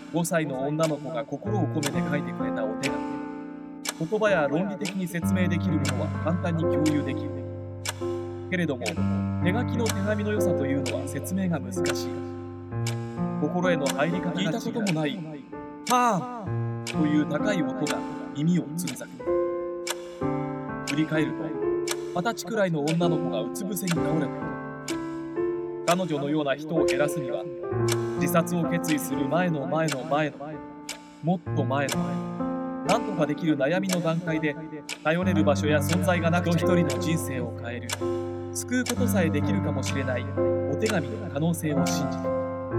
5歳の女の子が心を込めて書いてくれたお手紙。言葉や論理的に説明できるものは簡単に共有できる。けれども、手書きの手紙の良さというのは説明が難しい。心への入り方が違う。聞いたこともないパーンという高い音が耳をつんざく。振り返ると、20歳くらいの女の子がうつ伏せに倒れている。彼女のような人を減らすには、自殺を決意する前の前の前の、もっと前のなんとかできる悩みの段階で、頼れる場所や存在がなく、一人の人生を変える、救うことさえできるかもしれないお手紙の可能性を信じる。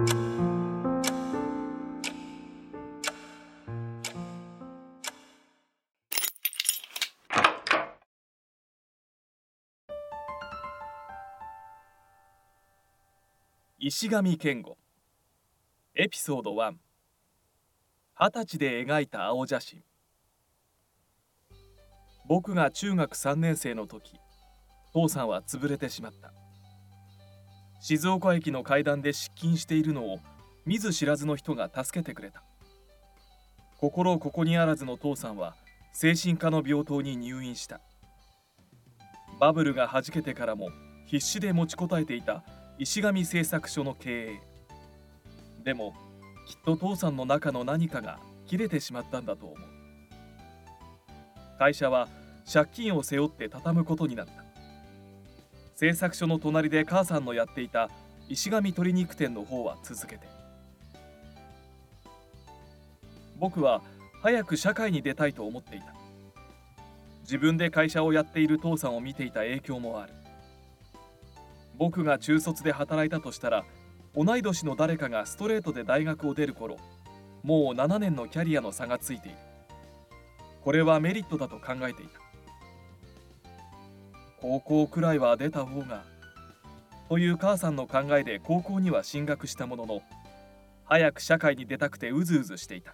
石上健吾。エピソード1。20歳で描いた青写真。僕が中学3年生の時、父さんは潰れてしまった。静岡駅の階段で失禁しているのを見ず知らずの人が助けてくれた。心ここにあらずの父さんは精神科の病棟に入院した。バブルがはじけてからも必死で持ちこたえていた石上製作所の経営。でもきっと父さんの中の何かが切れてしまったんだと思う。会社は借金を背負って畳むことになった。製作所の隣で母さんのやっていた石上鶏肉店の方は続けて。僕は早く社会に出たいと思っていた。自分で会社をやっている父さんを見ていた影響もある。僕が中卒で働いたとしたら、同い年の誰かがストレートで大学を出る頃、もう7年のキャリアの差がついている。これはメリットだと考えていた。高校くらいは出た方がという母さんの考えで高校には進学したものの、早く社会に出たくてうずうずしていた。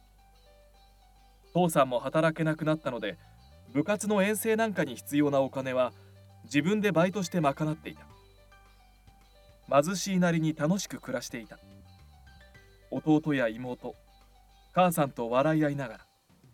父さんも働けなくなったので、部活の遠征なんかに必要なお金は自分でバイトして賄っていた。貧しいなりに楽しく暮らしていた。弟や妹、母さんと笑い合いながら。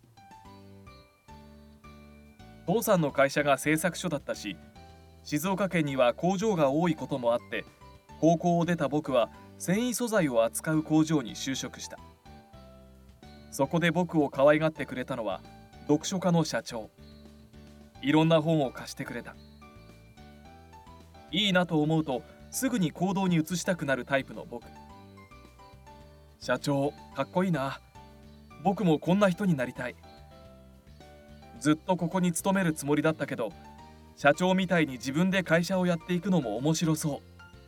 父さんの会社が製作所だったし、静岡県には工場が多いこともあって、高校を出た僕は繊維素材を扱う工場に就職した。そこで僕を可愛がってくれたのは読書家の社長。いろんな本を貸してくれた。いいなと思うとすぐに行動に移したくなるタイプの僕。社長かっこいいな。僕もこんな人になりたい。ずっとここに勤めるつもりだったけど、社長みたいに自分で会社をやっていくのも面白そう。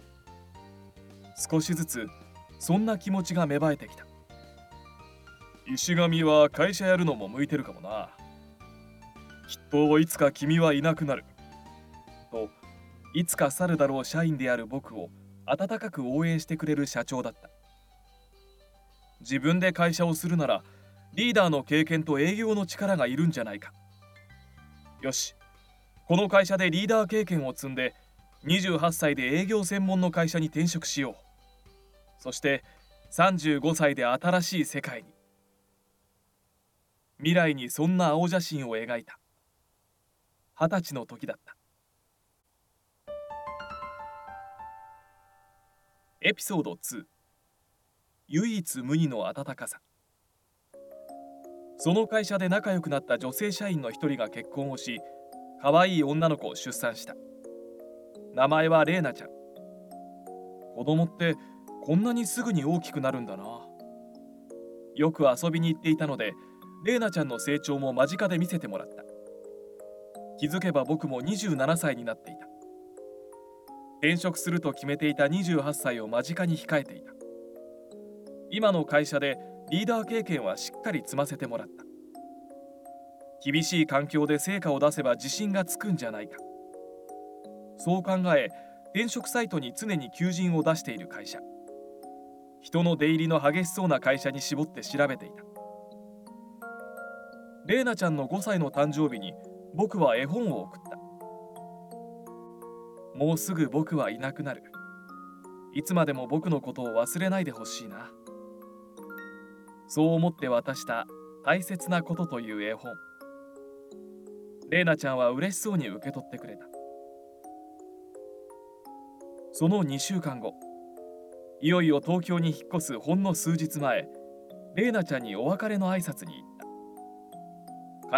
少しずつそんな気持ちが芽生えてきた。石上は会社やるのも向いてるかもな。きっといつか君はいなくなると、いつか去るだろう社員である僕を温かく応援してくれる社長だった。自分で会社をするならリーダーの経験と営業の力がいるんじゃないか。よし、この会社でリーダー経験を積んで28歳で営業専門の会社に転職しよう。そして35歳で新しい世界に。未来にそんな青写真を描いた。20歳の時だった。エピソード2。唯一無二の温かさ。その会社で仲良くなった女性社員の一人が結婚をし、可愛い女の子を出産した。名前はレイナちゃん。子供ってこんなにすぐに大きくなるんだな。よく遊びに行っていたので、レイナちゃんの成長も間近で見せてもらった。気づけば僕も27歳になっていた。転職すると決めていた28歳を間近に控えていた。今の会社でリーダー経験はしっかり積ませてもらった。厳しい環境で成果を出せば自信がつくんじゃないか。そう考え、転職サイトに常に求人を出している会社、人の出入りの激しそうな会社に絞って調べていた。レイナちゃんの5歳の誕生日に僕は絵本を送った。もうすぐ僕はいなくなる。いつまでも僕のことを忘れないでほしいな。 そう思って渡した大切なことという絵本。レイナちゃんは嬉しそうに受け取ってくれた。その2週間後、いよいよ東京に引っ越すほんの数日前、レイナちゃんにお別れの挨拶に行った。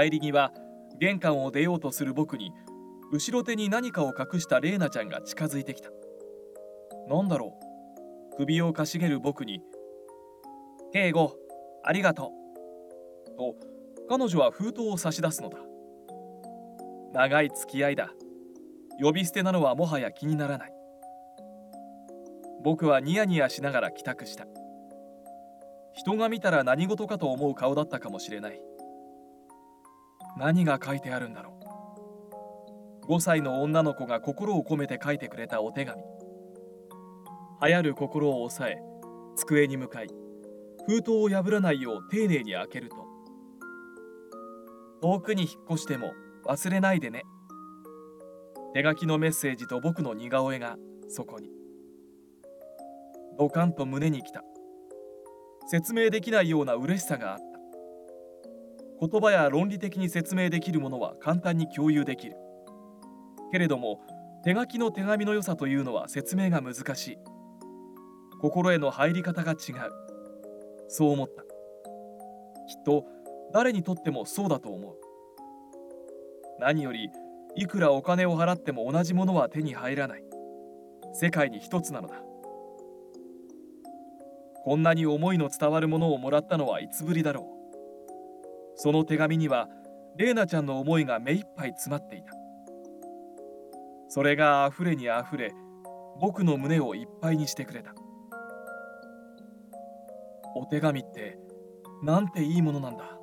帰り際、玄関を出ようとする僕に後ろ手に何かを隠したレイナちゃんが近づいてきた。なんだろう。首をかしげる僕に「圭吾、ありがとう」と彼女は封筒を差し出すのだ。長い付き合いだ。呼び捨てなのはもはや気にならない。僕はニヤニヤしながら帰宅した。人が見たら何事かと思う顔だったかもしれない。何が書いてあるんだろう。5歳の女の子が心を込めて書いてくれたお手紙。流行る心を抑え、机に向かい、封筒を破らないよう丁寧に開けると、遠くに引っ越しても忘れないでね。手書きのメッセージと僕の似顔絵がそこに。ドカンと胸にきた。説明できないような嬉しさがあった。言葉や論理的に説明できるものは簡単に共有できる。けれども、手書きの手紙の良さというのは説明が難しい。心への入り方が違う。そう思った。きっと誰にとってもそうだと思う。何よりいくらお金を払っても同じものは手に入らない。世界に一つなのだ。こんなに思いの伝わるものをもらったのはいつぶりだろう。その手紙にはレイナちゃんの思いが目いっぱい詰まっていた。それがあふれにあふれ、僕の胸をいっぱいにしてくれた。お手紙ってなんていいものなんだ。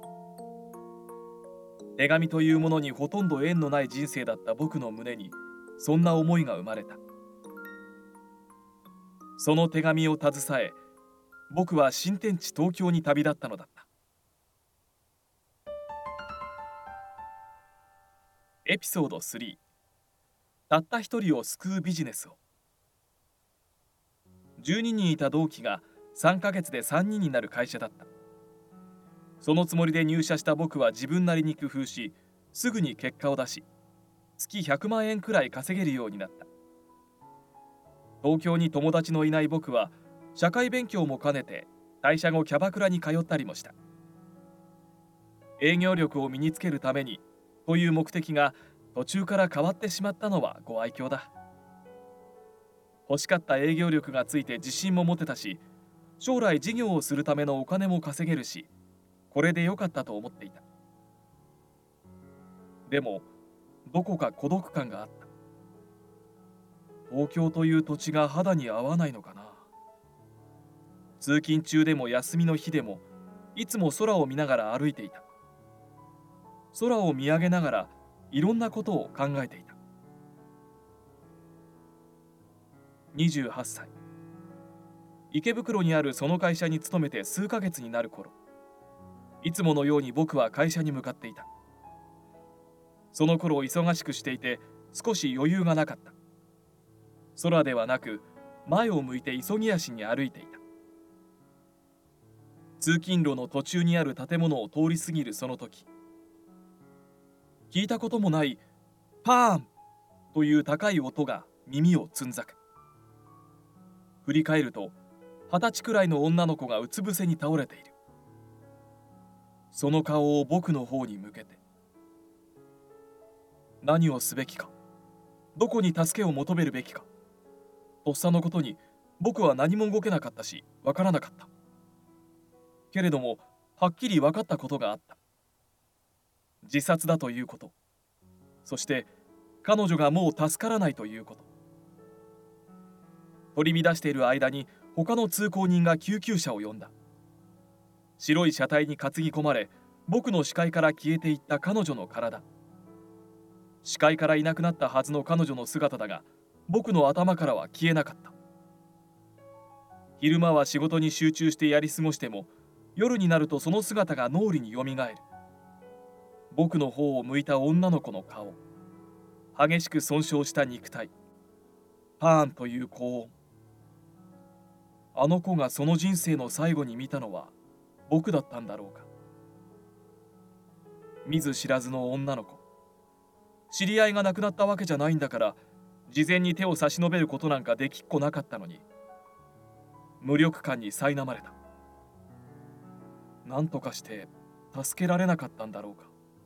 手紙というものにほとんど縁のない人生だった僕の胸にそんな思いが生まれた。その手紙を携え、僕は新天地東京に旅立ったのだった。エピソード3、たった一人を救うビジネスを。12人いた同期が3ヶ月で3人になる会社だった。そのつもりで入社した僕は自分なりに工夫し、すぐに結果を出し、月100万円くらい稼げるようになった。東京に友達のいない僕は社会勉強も兼ねて退社後キャバクラに通ったりもした。営業力を身につけるためにという目的が途中から変わってしまったのはご愛嬌だ。欲しかった営業力がついて自信も持てたし、将来事業をするためのお金も稼げるし、これで良かったと思っていた。でもどこか孤独感があった。東京という土地が肌に合わないのかな。通勤中でも休みの日でもいつも空を見ながら歩いていた。空を見上げながらいろんなことを考えていた。28歳、池袋にあるその会社に勤めて数ヶ月になる頃、いつものように僕は会社に向かっていた。その頃忙しくしていて少し余裕がなかった。空ではなく前を向いて急ぎ足に歩いていた。通勤路の途中にある建物を通り過ぎるその時、聞いたこともないパーンという高い音が耳をつんざく。振り返ると20歳くらいの女の子がうつ伏せに倒れている。その顔を僕の方に向けて、何をすべきか、どこに助けを求めるべきか、とっさのことに僕は何も動けなかったしわからなかった。けれどもはっきり分かったことがあった。自殺だということ、そして彼女がもう助からないということ。取り乱している間に他の通行人が救急車を呼んだ。白い車体に担ぎ込まれ、僕の視界から消えていった彼女の体。視界からいなくなったはずの彼女の姿だが、僕の頭からは消えなかった。昼間は仕事に集中してやり過ごしても、夜になるとその姿が脳裏によみがえる。僕の方を向いた女の子の顔、激しく損傷した肉体、パーンという高音。あの子がその人生の最後に見たのは僕だったんだろうか。見ず知らずの女の子、知り合いが亡くなったわけじゃないんだから、事前に手を差し伸べることなんかできっこなかったのに、無力感に苛まれた。何とかして助けられなかったんだろうか。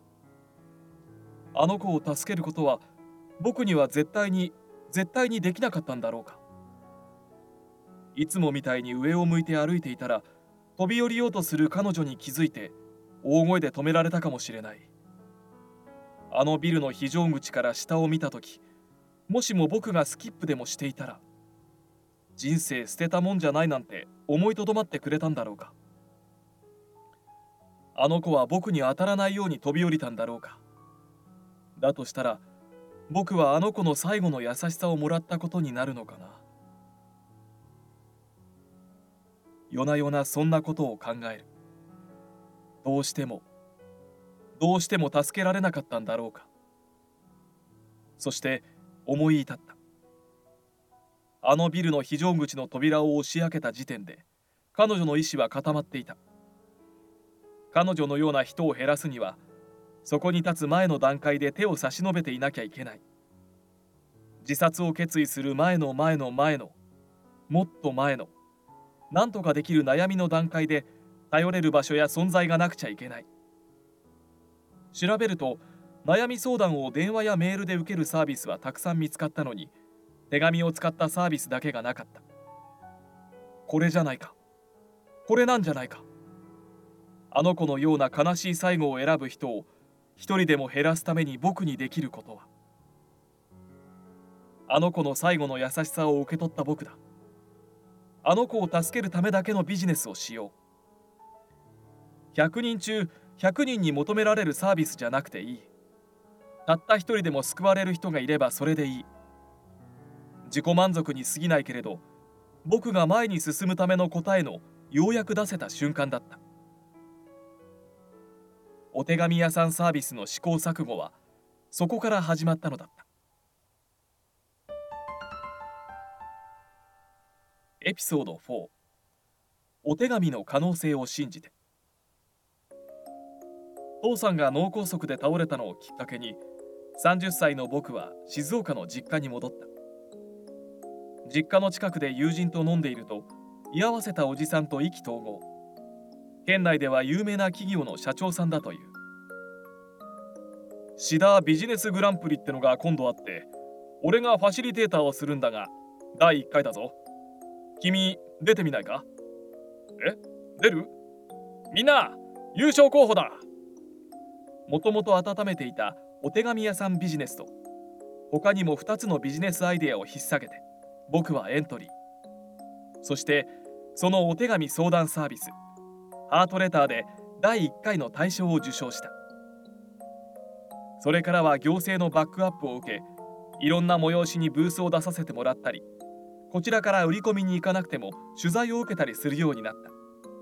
あの子を助けることは僕には絶対にできなかったんだろうか。いつもみたいに上を向いて歩いていたら、飛び降りようとする彼女に気づいて大声で止められたかもしれない。あのビルの非常口から下を見たとき、もしも僕がスキップでもしていたら、人生捨てたもんじゃないなんて思いとどまってくれたんだろうか。あの子は僕に当たらないように飛び降りたんだろうか。だとしたら、僕はあの子の最後の優しさをもらったことになるのかな。夜な夜なそんなことを考える。どうしても助けられなかったんだろうか。そして思い至った。あのビルの非常口の扉を押し開けた時点で、彼女の意志は固まっていた。彼女のような人を減らすには、そこに立つ前の段階で手を差し伸べていなきゃいけない。自殺を決意する前のもっと前の、なんとかできる悩みの段階で頼れる場所や存在がなくちゃいけない。調べると、悩み相談を電話やメールで受けるサービスはたくさん見つかったのに、手紙を使ったサービスだけがなかった。これじゃないか。これなんじゃないか。あの子のような悲しい最後を選ぶ人を一人でも減らすために僕にできることは、あの子の最後の優しさを受け取った僕だ。あの子を助けるためだけのビジネスをしよう。100人中100人に求められるサービスじゃなくていい。たった一人でも救われる人がいればそれでいい。自己満足に過ぎないけれど、僕が前に進むための答えのようやく出せた瞬間だった。お手紙屋さんサービスの試行錯誤はそこから始まったのだった。エピソード4、お手紙の可能性を信じて。父さんが脳梗塞で倒れたのをきっかけに、30歳の僕は静岡の実家に戻った。実家の近くで友人と飲んでいると、居合わせたおじさんと意気投合。県内では有名な企業の社長さんだという。シダビジネスグランプリってのが今度あって、俺がファシリテーターをするんだが、第1回だぞ。君出てみないか？え？出る？みんな優勝候補だ。もともと温めていたお手紙屋さんビジネスと、他にも2つのビジネスアイデアを引っ提げて僕はエントリー。そしてそのお手紙相談サービスハートレターで第1回の大賞を受賞した。それからは行政のバックアップを受け、いろんな催しにブースを出させてもらったり、こちらから売り込みに行かなくても取材を受けたりするようになった。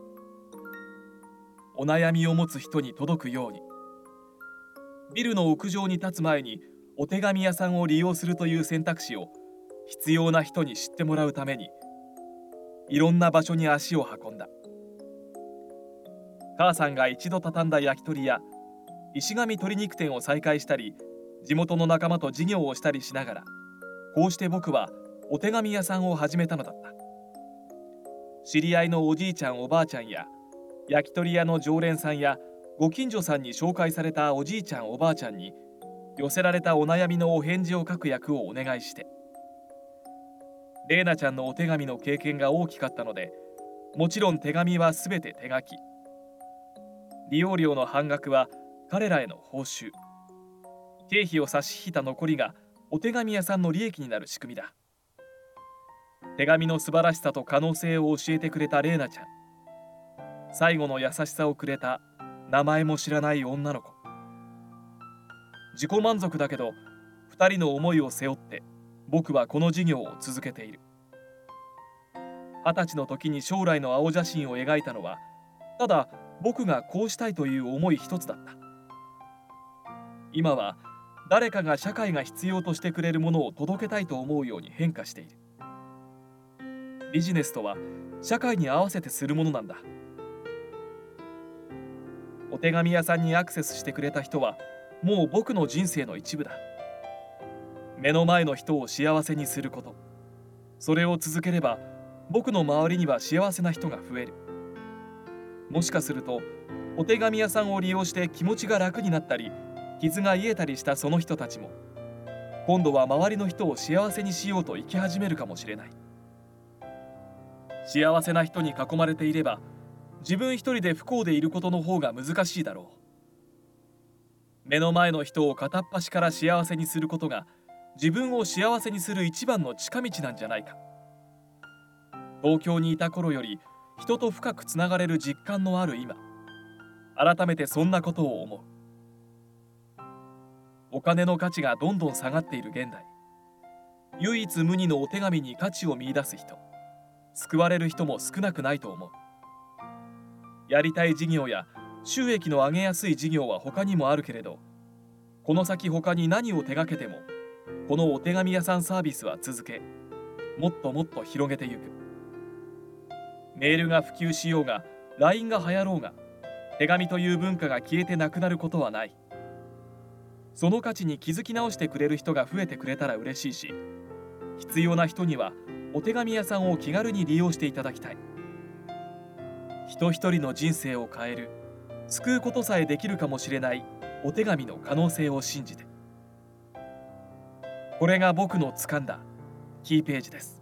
お悩みを持つ人に届くように。ビルの屋上に立つ前にお手紙屋さんを利用するという選択肢を必要な人に知ってもらうために、いろんな場所に足を運んだ。母さんが一度畳んだ焼き鳥や石神鶏肉店を再開したり、地元の仲間と事業をしたりしながら、こうして僕はお手紙屋さんを始めたのだった。知り合いのおじいちゃんおばあちゃんや焼き鳥屋の常連さんやご近所さんに紹介されたおじいちゃんおばあちゃんに寄せられたお悩みのお返事を書く役をお願いして、レイナちゃんのお手紙の経験が大きかったので、もちろん手紙はすべて手書き。利用料の半額は彼らへの報酬、経費を差し引いた残りがお手紙屋さんの利益になる仕組みだ。手紙の素晴らしさと可能性を教えてくれたレイナちゃん、最後の優しさをくれた名前も知らない女の子。自己満足だけど2人の思いを背負って僕はこの事業を続けている。20歳の時に将来の青写真を描いたのは、ただ僕がこうしたいという思い一つだった。今は誰かが社会が必要としてくれるものを届けたいと思うように変化している。ビジネスとは社会に合わせてするものなんだ。 お手紙屋さんにアクセスしてくれた人はもう僕の人生の一部だ。目の前の人を幸せにすること、それを続ければ僕の周りには幸せな人が増える。もしかするとお手紙屋さんを利用して気持ちが楽になったり傷が癒えたりしたその人たちも今度は周りの人を幸せにしようと生き始めるかもしれない。幸せな人に囲まれていれば自分一人で不幸でいることの方が難しいだろう。目の前の人を片っ端から幸せにすることが自分を幸せにする一番の近道なんじゃないか。東京にいた頃より人と深くつながれる実感のある今、改めてそんなことを思う。お金の価値がどんどん下がっている現代、唯一無二のお手紙に価値を見出す人、救われる人も少なくないと思う。やりたい事業や収益の上げやすい事業は他にもあるけれど、この先他に何を手がけてもこのお手紙屋さんサービスは続け、もっともっと広げてゆく。メールが普及しようが LINE が流行ろうが、手紙という文化が消えてなくなることはない。その価値に気づき直してくれる人が増えてくれたら嬉しいし、必要な人にはお手紙屋さんを気軽に利用していただきたい。人一人の人生を変える、救うことさえできるかもしれないお手紙の可能性を信じて。これが僕の掴んだキーページです。